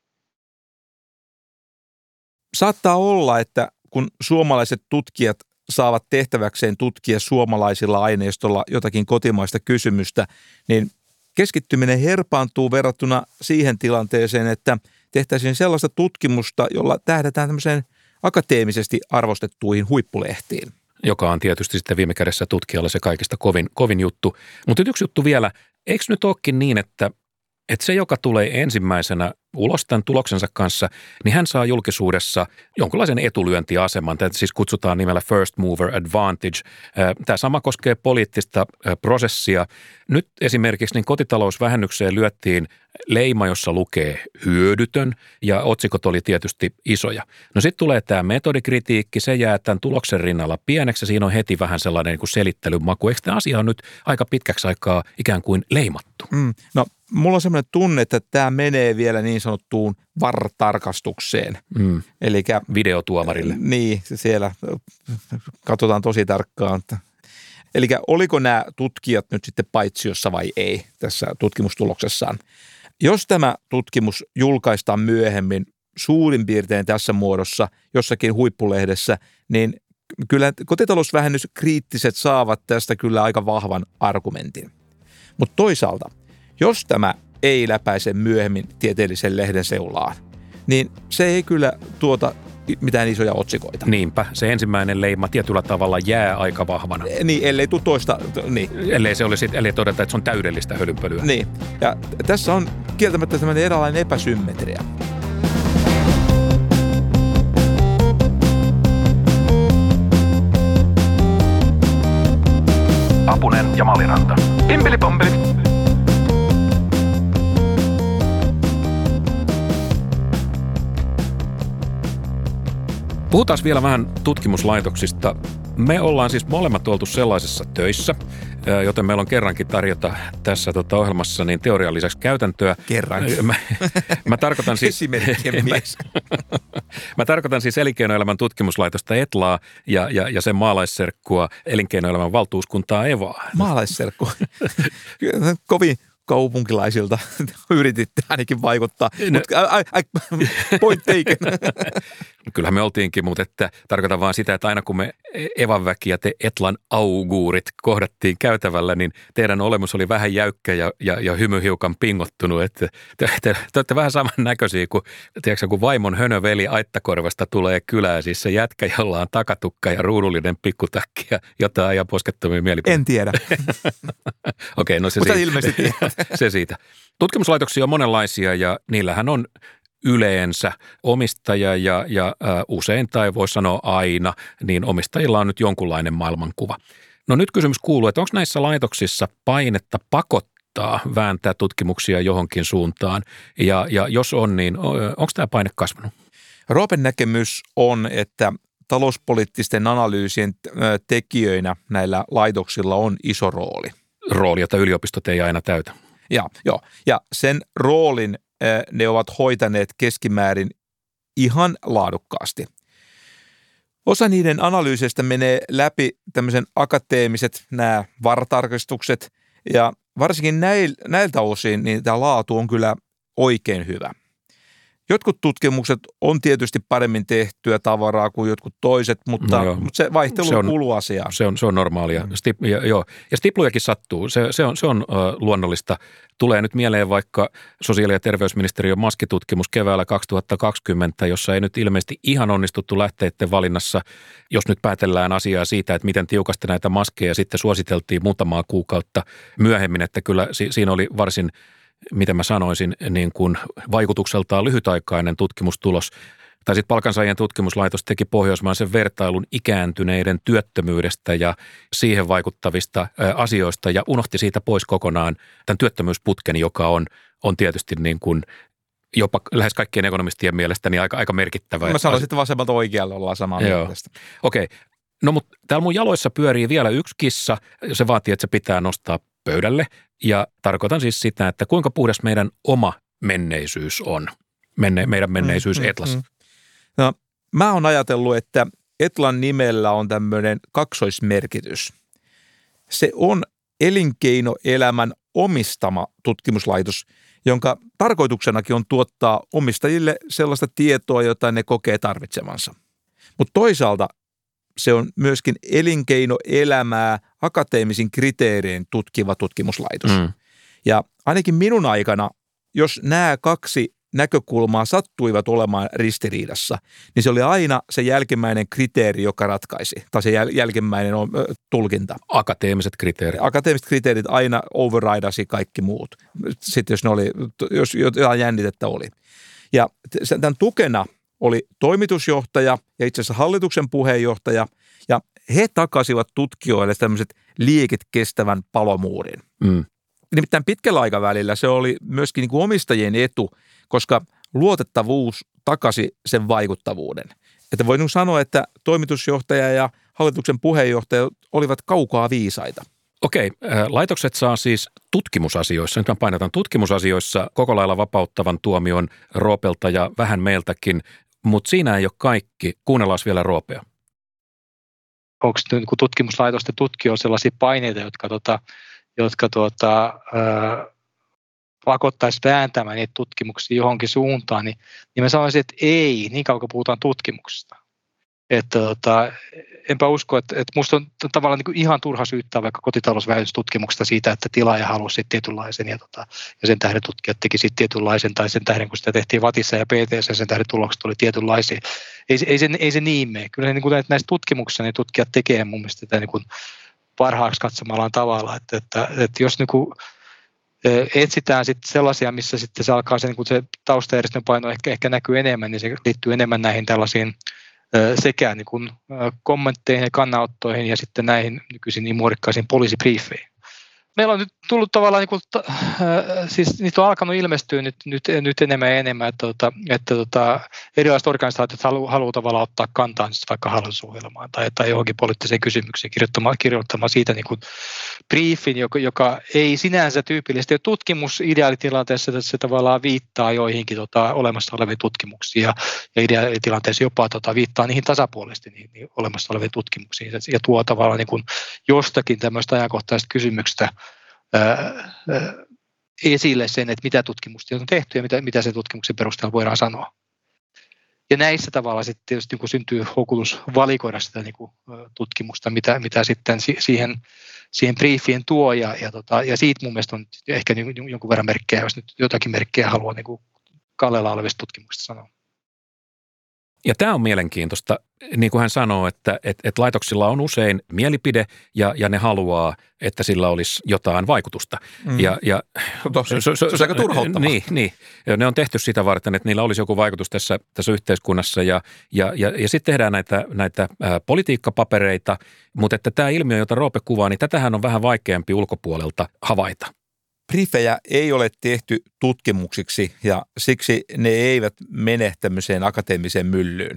Saattaa olla, että kun suomalaiset tutkijat saavat tehtäväkseen tutkia suomalaisilla aineistolla jotakin kotimaista kysymystä, niin keskittyminen herpaantuu verrattuna siihen tilanteeseen, että tehtäisiin sellaista tutkimusta, jolla tähdätään tämmöiseen akateemisesti arvostettuihin huippulehtiin. Joka on tietysti sitten viime kädessä tutkijalle se kaikista kovin juttu. Mutta yksi juttu vielä, eikö nyt olekin niin, että se, joka tulee ensimmäisenä ulos tämän tuloksensa kanssa, niin hän saa julkisuudessa jonkinlaisen etulyöntiaseman. Tätä siis kutsutaan nimellä first mover advantage. Tämä sama koskee poliittista prosessia. Nyt esimerkiksi niin kotitalousvähennykseen lyöttiin leima, jossa lukee hyödytön, ja otsikot oli tietysti isoja. No sitten tulee tämä metodikritiikki, se jää tämän tuloksen rinnalla pieneksi, ja siinä on heti vähän sellainen niin kuin selittelymaku. Eikö tämä asia on nyt aika pitkäksi aikaa ikään kuin leimattu? No, mulla on sellainen tunne, että tämä menee vielä niin sanottuun VAR-tarkastukseen. Elikkä videotuomarille. Niin, siellä katsotaan tosi tarkkaan. Eli oliko nämä tutkijat nyt sitten paitsiossa vai ei tässä tutkimustuloksessaan. Jos tämä tutkimus julkaistaan myöhemmin suurin piirtein tässä muodossa jossakin huippulehdessä, niin kyllä kotitalousvähennyskriittiset saavat tästä kyllä aika vahvan argumentin. Mutta toisaalta, jos tämä ei läpäise myöhemmin tieteellisen lehden seulaan, niin se ei kyllä tuota mitään isoja otsikoita. Niinpä, se ensimmäinen leima tietyllä tavalla jää aika vahvana. Niin, ellei tule toista, niin. Ellei todeta, että se on täydellistä hölynpölyä. Niin, ja tässä on kieltämättä tämmöinen eräänlainen epäsymmetria. Apunen ja Maliranta. Pimpeli-pompeli. Puhutaan vielä vähän tutkimuslaitoksista. Me ollaan siis molemmat oltu sellaisessa töissä, joten meillä on kerrankin tarjota tässä ohjelmassa niin teorian lisäksi käytäntöä. Kerrankin. Mä tarkoitan siis... Esimerkkien mies. Mä tarkoitan siis Elinkeinoelämän tutkimuslaitosta ETLAa ja sen maalaisserkkua Elinkeinoelämän valtuuskuntaa EVAa. Maalaisserkku. Kovin kaupunkilaisilta yrititte ainakin vaikuttaa. Point taken. Kyllähän me oltiinkin, mutta tarkoitan vaan sitä, että aina kun me Evan väki ja te Etlan auguurit kohdattiin käytävällä, niin teidän olemus oli vähän jäykkä ja hymy hiukan pingottunut. Että te olette vähän samannäköisiä kuin, tiedätkö, kun vaimon hönöveli Aittakorvasta tulee kylään, siis se jätkä, jolla on takatukka ja ruudullinen pikkutakki ja jotain ajan poskettomia mielipiteitä. En tiedä. Okei, no se mutta siitä. Ilmeisesti tiedät. Se siitä. Tutkimuslaitoksia on monenlaisia ja niillähän on yleensä omistaja ja usein tai voisi sanoa aina, niin omistajilla on nyt jonkunlainen maailmankuva. No nyt kysymys kuuluu, että onko näissä laitoksissa painetta pakottaa vääntää tutkimuksia johonkin suuntaan ja jos on, niin onko tämä paine kasvanut? Roopen näkemys on, että talouspoliittisten analyysien tekijöinä näillä laitoksilla on iso rooli. Rooli, jota yliopistot ei aina täytä. Ja sen roolin ne ovat hoitaneet keskimäärin ihan laadukkaasti. Osa niiden analyyseistä menee läpi tämmöisen akateemiset nämä VAR-tarkistukset ja varsinkin näiltä osin niin tämä laatu on kyllä oikein hyvä. Jotkut tutkimukset on tietysti paremmin tehtyä tavaraa kuin jotkut toiset, mutta se vaihtelu kuuluu asiaan. Se on normaalia. Ja stiplujakin sattuu. Se on luonnollista. Tulee nyt mieleen vaikka sosiaali- ja terveysministeriön maskitutkimus keväällä 2020, jossa ei nyt ilmeisesti ihan onnistuttu lähteiden valinnassa, jos nyt päätellään asiaa siitä, että miten tiukasti näitä maskeja sitten suositeltiin muutamaa kuukautta myöhemmin, että kyllä siinä oli varsin, miten mä sanoisin, niin kuin vaikutukseltaan lyhytaikainen tutkimustulos. Tai sitten Palkansaajien tutkimuslaitos teki pohjoismaisen vertailun ikääntyneiden työttömyydestä ja siihen vaikuttavista asioista ja unohti siitä pois kokonaan tämän työttömyysputken, joka on tietysti niin kuin jopa lähes kaikkien ekonomistien mielestä niin aika merkittävä. Mä sanoisin, että vasemmalta oikealle ollaan samaa mieltä tästä. Okei. No mutta täällä mun jaloissa pyörii vielä yksi kissa. Se vaatii, että se pitää nostaa pöydälle. Ja tarkoitan siis sitä, että kuinka puhdas meidän oma menneisyys on. Meidän menneisyys Etlassa. No, mä oon ajatellut, että Etlan nimellä on tämmöinen kaksoismerkitys. Se on elinkeinoelämän omistama tutkimuslaitos, jonka tarkoituksenakin on tuottaa omistajille sellaista tietoa, jota ne kokee tarvitsemansa. Mutta toisaalta se on myöskin elinkeinoelämää akateemisin kriteerein tutkiva tutkimuslaitos. Ja ainakin minun aikana, jos nämä kaksi näkökulmaa sattuivat olemaan ristiriidassa, niin se oli aina se jälkimmäinen kriteeri, joka ratkaisi, tai se jälkimmäinen tulkinta. Akateemiset kriteerit. Akateemiset kriteerit aina overridasi kaikki muut, sitten jos jotain jännitettä oli. Ja tämän tukena oli toimitusjohtaja ja itse asiassa hallituksen puheenjohtaja, ja he takasivat tutkijoille tämmöiset liekit kestävän palomuurin. Nimittäin pitkällä aikavälillä se oli myöskin niin kuin omistajien etu, koska luotettavuus takasi sen vaikuttavuuden. Että voin sanoa, että toimitusjohtaja ja hallituksen puheenjohtaja olivat kaukaa viisaita. Okei, laitokset saa siis tutkimusasioissa, nyt mä painotan tutkimusasioissa koko lailla vapauttavan tuomion Roopelta ja vähän meiltäkin, mutta siinä ei ole kaikki. Kuunnellaan vielä Roopea. Onko tutkimuslaitosten tutkijoilla sellaisia paineita, jotka pakottaisi vääntämään niitä tutkimuksia johonkin suuntaan, niin mä sanoisin, että ei, niin kauan kun puhutaan tutkimuksesta. Enpä usko, että musta on tavallaan niin kuin ihan turha syyttää vaikka kotitalousvähennystutkimuksesta siitä, että tilaaja halusi sitten tietynlaisen ja sen tähden tutkijat teki sitten tietynlaisen, tai sen tähden kun sitä tehtiin VATissa ja PT:ssä, sen tähden tulokset oli tietynlaisia. Ei se niin mene. Kyllä niin kuin näissä tutkimuksissa niin tutkijat tekee mun mielestä tätä niin kuin parhaaksi katsomallaan tavalla, että jos niin kuin etsitään sitten sellaisia, missä sitten se alkaa se taustajärjestön paino ehkä näkyy enemmän, niin se liittyy enemmän näihin tällaisiin sekä niin kuin kommentteihin ja kannanottoihin ja sitten näihin nykyisin niin muodikkaisiin poliisibriefeihin. meillä on nyt tullut tavallaan, siis niitä on alkanut ilmestyä nyt enemmän ja enemmän, että erilaiset organisaatiot haluaa tavallaan ottaa kantaa vaikka hallitusohjelmaan tai johonkin poliittiseen kysymykseen kirjoittamaan siitä niin kuin briefin, joka ei sinänsä tyypillisesti ole tutkimus ideaalitilanteessa, että se tavallaan viittaa joihinkin olemassa oleviin tutkimuksiin ja ideaalitilanteessa jopa viittaa niihin tasapuolisesti niin olemassa oleviin tutkimuksiin ja tuo tavallaan niin kuin jostakin tämmöistä ajankohtaisesta kysymyksestä esille sen, että mitä tutkimusta on tehty ja mitä sen tutkimuksen perusteella voidaan sanoa. Ja näissä tavalla sitten tietysti niin syntyy houkutus valikoida sitä niin kuin tutkimusta, mitä sitten siihen briefien tuo, ja siitä mun mielestä on ehkä jonkun verran merkkejä, jos nyt jotakin merkkejä haluaa niin kuin kallella olevista tutkimuksista sanoa. Ja tämä on mielenkiintoista, niin kuin hän sanoo, että laitoksilla on usein mielipide ja ne haluaa, että sillä olisi jotain vaikutusta. Se on aika turhauttavaa. Niin. Ne on tehty sitä varten, että niillä olisi joku vaikutus tässä yhteiskunnassa ja sitten tehdään näitä politiikkapapereita, mutta että tämä ilmiö, jota Roope kuvaa, niin tätähän on vähän vaikeampi ulkopuolelta havaita. Briefejä ei ole tehty tutkimuksiksi ja siksi ne eivät mene tämmöiseen akateemiseen myllyyn.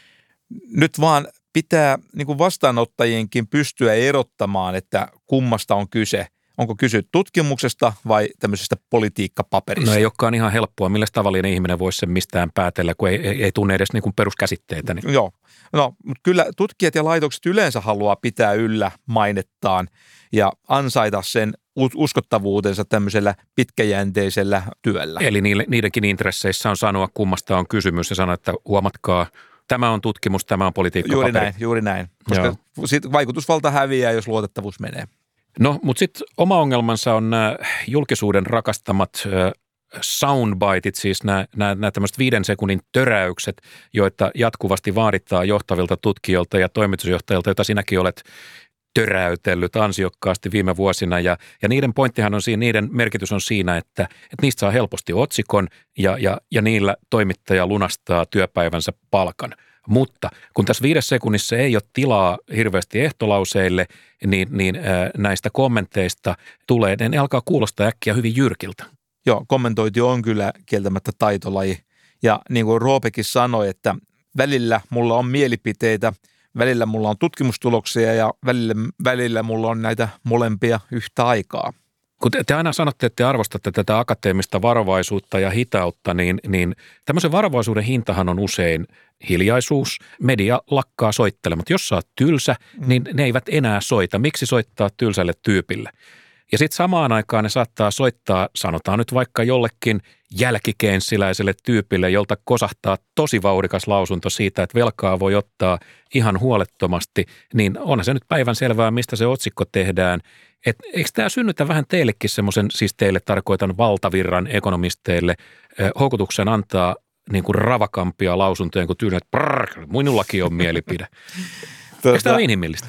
Nyt vaan pitää niin kuin vastaanottajienkin pystyä erottamaan, että kummasta on kyse. Onko kyse tutkimuksesta vai tämmöisestä politiikkapaperista? No ei olekaan ihan helppoa. Millä tavallinen ihminen voisi sen mistään päätellä, kun ei tunne edes niin kuin peruskäsitteitä. Niin. Joo. No, mutta kyllä tutkijat ja laitokset yleensä haluaa pitää yllä mainettaan ja ansaita sen uskottavuutensa tämmöisellä pitkäjänteisellä työllä. Eli niidenkin intresseissä on sanoa, kummasta on kysymys ja sanoa, että huomatkaa, tämä on tutkimus, tämä on politiikkapaperi. Juuri näin. Koska sit vaikutusvalta häviää, jos luotettavuus menee. No, mutta sitten oma ongelmansa on nämä julkisuuden rakastamat soundbiteit, siis nämä tämmöiset 5 sekunnin töräykset, joita jatkuvasti vaaditaan johtavilta tutkijoilta ja toimitusjohtajilta, joita sinäkin olet töräytellyt ansiokkaasti viime vuosina ja niiden pointtihan on siinä, niiden merkitys on siinä, että niistä saa helposti otsikon ja niillä toimittaja lunastaa työpäivänsä palkan. Mutta kun tässä 5 sekunnissa ei ole tilaa hirveästi ehtolauseille, niin näistä kommenteista tulee, ne alkaa kuulostaa äkkiä hyvin jyrkiltä. Joo, kommentointi on kyllä kieltämättä taitolaji. Ja niin kuin Roopekin sanoi, että välillä mulla on mielipiteitä, välillä mulla on tutkimustuloksia ja välillä mulla on näitä molempia yhtä aikaa. Kun te aina sanotte, että te arvostatte tätä akateemista varovaisuutta ja hitautta, niin tämmöisen varovaisuuden hintahan on usein hiljaisuus. Media lakkaa soittelematta. Jos sä oot tylsä, niin ne eivät enää soita. Miksi soittaa tylsälle tyypille? Ja sitten samaan aikaan ne saattaa soittaa, sanotaan nyt vaikka jollekin jälkikeinsiläiselle tyypille, jolta kosahtaa tosi vauhdikas lausunto siitä, että velkaa voi ottaa ihan huolettomasti, niin onhan se nyt päivänselvää, mistä se otsikko tehdään. Eikö tämä synnytä vähän teillekin semmoisen, siis teille tarkoitan valtavirran ekonomisteille, houkutuksen antaa niin kuin ravakampia lausuntoja, kun tyyden, että minullakin on mielipide. Eikö tämä ole inhimillistä?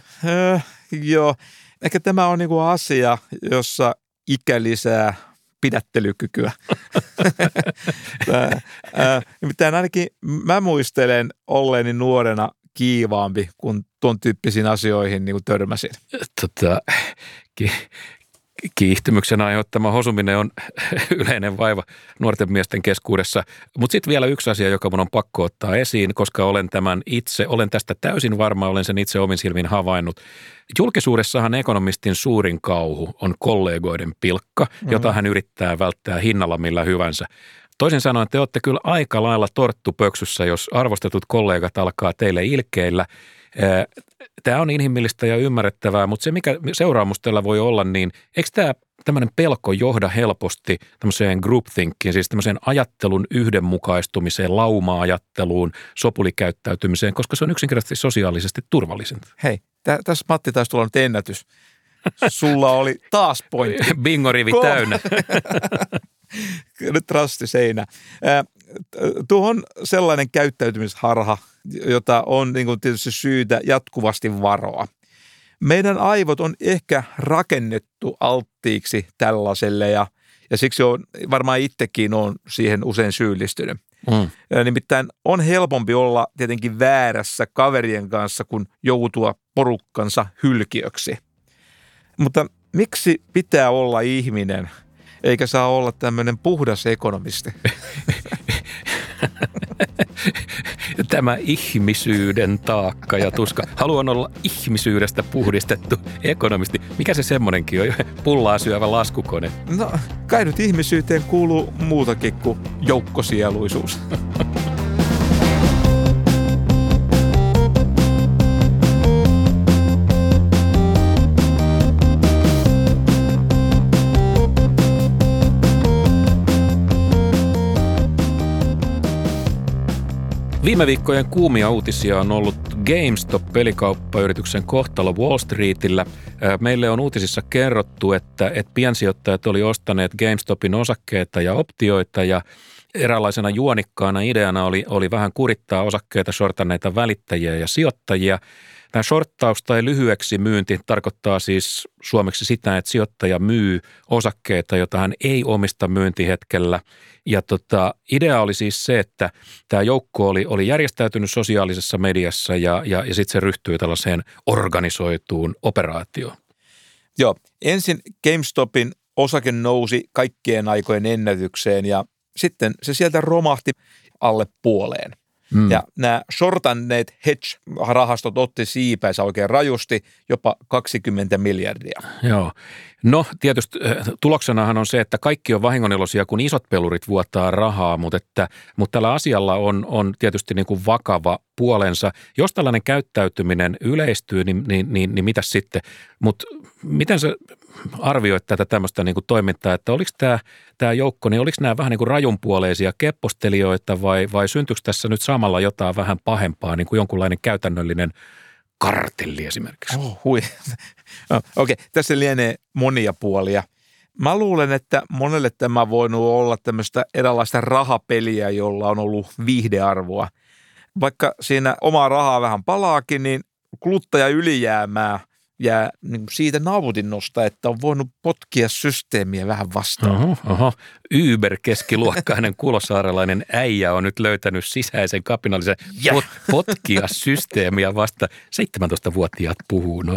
Joo. Ehkä tämä on niinku asia, jossa ikä lisää pidättelykykyä. Nimittäin ainakin mä muistelen olleeni nuorena kiivaampi, kun tuon tyyppisiin asioihin niin kuin törmäsin. Kiihtymyksen aiheuttama hosuminen on yleinen vaiva nuorten miesten keskuudessa. Mutta sitten vielä yksi asia, joka mun on pakko ottaa esiin, koska olen tästä täysin varma, olen sen itse omin silmin havainnut. Julkisuudessahan ekonomistin suurin kauhu on kollegoiden pilkka, jota hän yrittää välttää hinnalla millä hyvänsä. Toisin sanoen, te olette kyllä aika lailla torttupöksyssä, jos arvostetut kollegat alkaa teille ilkeillä. Tämä on inhimillistä ja ymmärrettävää, mutta se mikä seuraamus tällä voi olla, niin eikö tämä tämmöinen pelko johda helposti tämmöiseen groupthinkiin, siis tämmöiseen ajattelun yhdenmukaistumiseen, lauma-ajatteluun, sopulikäyttäytymiseen, koska se on yksinkertaisesti sosiaalisesti turvallisinta. Hei, tässä Matti taisi tulla nyt ennätys. Sulla oli taas pointti. Bingorivi täynnä. Nyt rasti seinä. Tuo on sellainen käyttäytymisharha, jota on niin kuin tietysti syytä jatkuvasti varoa. Meidän aivot on ehkä rakennettu alttiiksi tällaiselle ja siksi on varmaan itsekin on siihen usein syyllistynyt. Nimittäin on helpompi olla tietenkin väärässä kaverien kanssa kuin joutua porukkansa hylkiöksi. Mutta miksi pitää olla ihminen, eikä saa olla tämmöinen puhdas ekonomisti? Tämä ihmisyyden taakka ja tuska. Haluan olla ihmisyydestä puhdistettu ekonomisti. Mikä se semmonenkin on? Pullaa syövä laskukone. No, kai nyt ihmisyyteen kuuluu muutakin kuin joukkosieluisuus. Viime viikkojen kuumia uutisia on ollut GameStop-pelikauppayrityksen kohtalo Wall Streetillä. Meille on uutisissa kerrottu, että piensijoittajat oli ostaneet GameStopin osakkeita ja optioita ja eräänlaisena juonikkaana ideana oli vähän kurittaa osakkeita shortanneita välittäjiä ja sijoittajia. Tämä shorttaus tai lyhyeksi myynti tarkoittaa siis suomeksi sitä, että sijoittaja myy osakkeita, jota hän ei omista myyntihetkellä. Ja idea oli siis se, että tämä joukko oli järjestäytynyt sosiaalisessa mediassa ja sitten se ryhtyi tällaiseen organisoituun operaatioon. Joo, ensin GameStopin osake nousi kaikkien aikojen ennätykseen ja sitten se sieltä romahti alle puoleen. Ja nämä shortanneet hedge-rahastot otti siipäänsä oikein rajusti, jopa 20 miljardia. Joo. No tietysti tuloksenahan on se, että kaikki on vahingoniloisia, kun isot pelurit vuottaa rahaa, mutta tällä asialla on tietysti niin kuin vakava puolensa. Jos tällainen käyttäytyminen yleistyy, niin mitäs sitten? Mutta miten sä arvioit tätä tämmöistä niin kuin toimintaa, että oliko tämä joukko, niin oliko nämä vähän niin kuin rajunpuoleisia keppostelijoita vai syntyykö tässä nyt samalla jotain vähän pahempaa, niin kuin jonkunlainen käytännöllinen kartelli esimerkiksi? Okei, tässä lienee monia puolia. Mä luulen, että monelle tämä on voinut olla tämmöistä eräänlaista rahapeliä, jolla on ollut viihdearvoa. Vaikka siinä omaa rahaa vähän palaakin, niin kuluttaja ylijäämää jää niin siitä nautinnosta, että on voinut potkia systeemiä vähän vastaan. Uber-keskiluokkainen kulosaarelainen äijä on nyt löytänyt sisäisen kapinallisen potkia systeemiä vasta. 17-vuotiaat puhuu noin.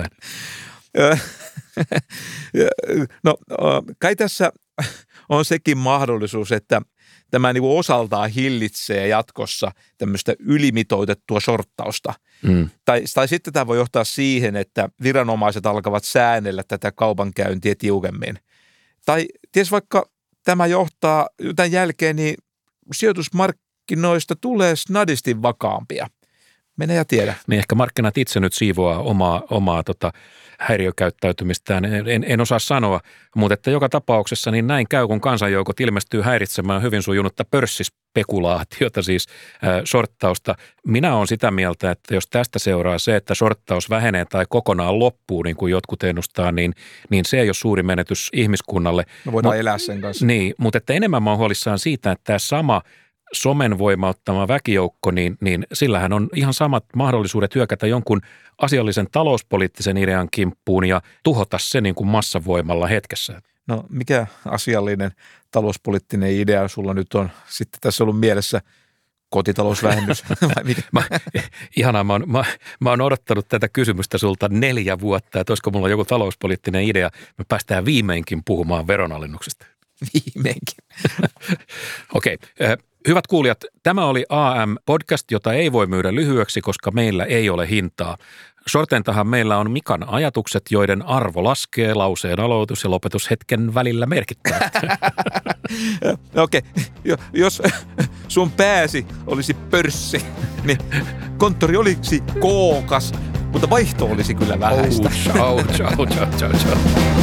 No, kai tässä on sekin mahdollisuus, että tämä niin kuin osaltaan hillitsee jatkossa tämmöistä ylimitoitettua shorttausta. Tai sitten tämä voi johtaa siihen, että viranomaiset alkavat säännellä tätä kaupankäyntiä tiukemmin. Tai ties vaikka tämä johtaa tämän jälkeen, niin sijoitusmarkkinoista tulee snadisti vakaampia. Mene ja tiedä. Niin ehkä markkinat itse nyt siivoaa omaa häiriökäyttäytymistään. En osaa sanoa, mutta että joka tapauksessa niin näin käy, kun kansanjoukot ilmestyy häiritsemään hyvin sujunutta pörssispekulaatiota, siis shorttausta. Minä olen sitä mieltä, että jos tästä seuraa se, että shorttaus vähenee tai kokonaan loppuu, niin kuin jotkut ennustaa, niin se ei ole suuri menetys ihmiskunnalle. Me voidaan elää sen kanssa. Niin, mutta että enemmän mä oon huolissaan siitä, että tämä sama somen voimauttama väkijoukko, niin sillähän on ihan samat mahdollisuudet hyökätä jonkun asiallisen talouspoliittisen idean kimppuun ja tuhota se niin kuin massavoimalla hetkessä. No mikä asiallinen talouspoliittinen idea sulla nyt on sitten tässä ollut mielessä? Kotitalousvähennys vai mikä? Ihanaa, mä oon odottanut tätä kysymystä sulta 4 vuotta, että olisiko mulla joku talouspoliittinen idea. Me päästään viimeinkin puhumaan veronalennuksesta. Viimeinkin. Okei. Hyvät kuulijat, tämä oli AM-podcast, jota ei voi myydä lyhyeksi, koska meillä ei ole hintaa. Shortentahan meillä on Mikan ajatukset, joiden arvo laskee lauseen aloitus- ja lopetushetken välillä merkittävästi. Okei, jos sun pääsi olisi pörssi, niin konttori olisi kookas, mutta vaihto olisi kyllä vähäistä. Ouch.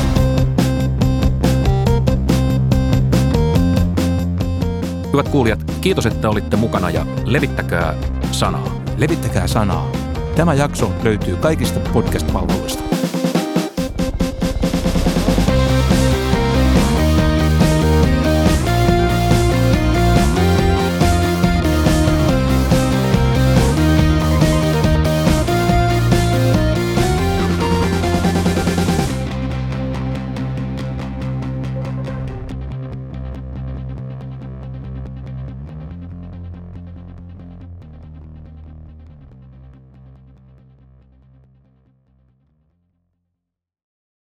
Hyvät kuulijat, kiitos, että olitte mukana ja levittäkää sanaa. Levittäkää sanaa. Tämä jakso löytyy kaikista podcast-palveluista.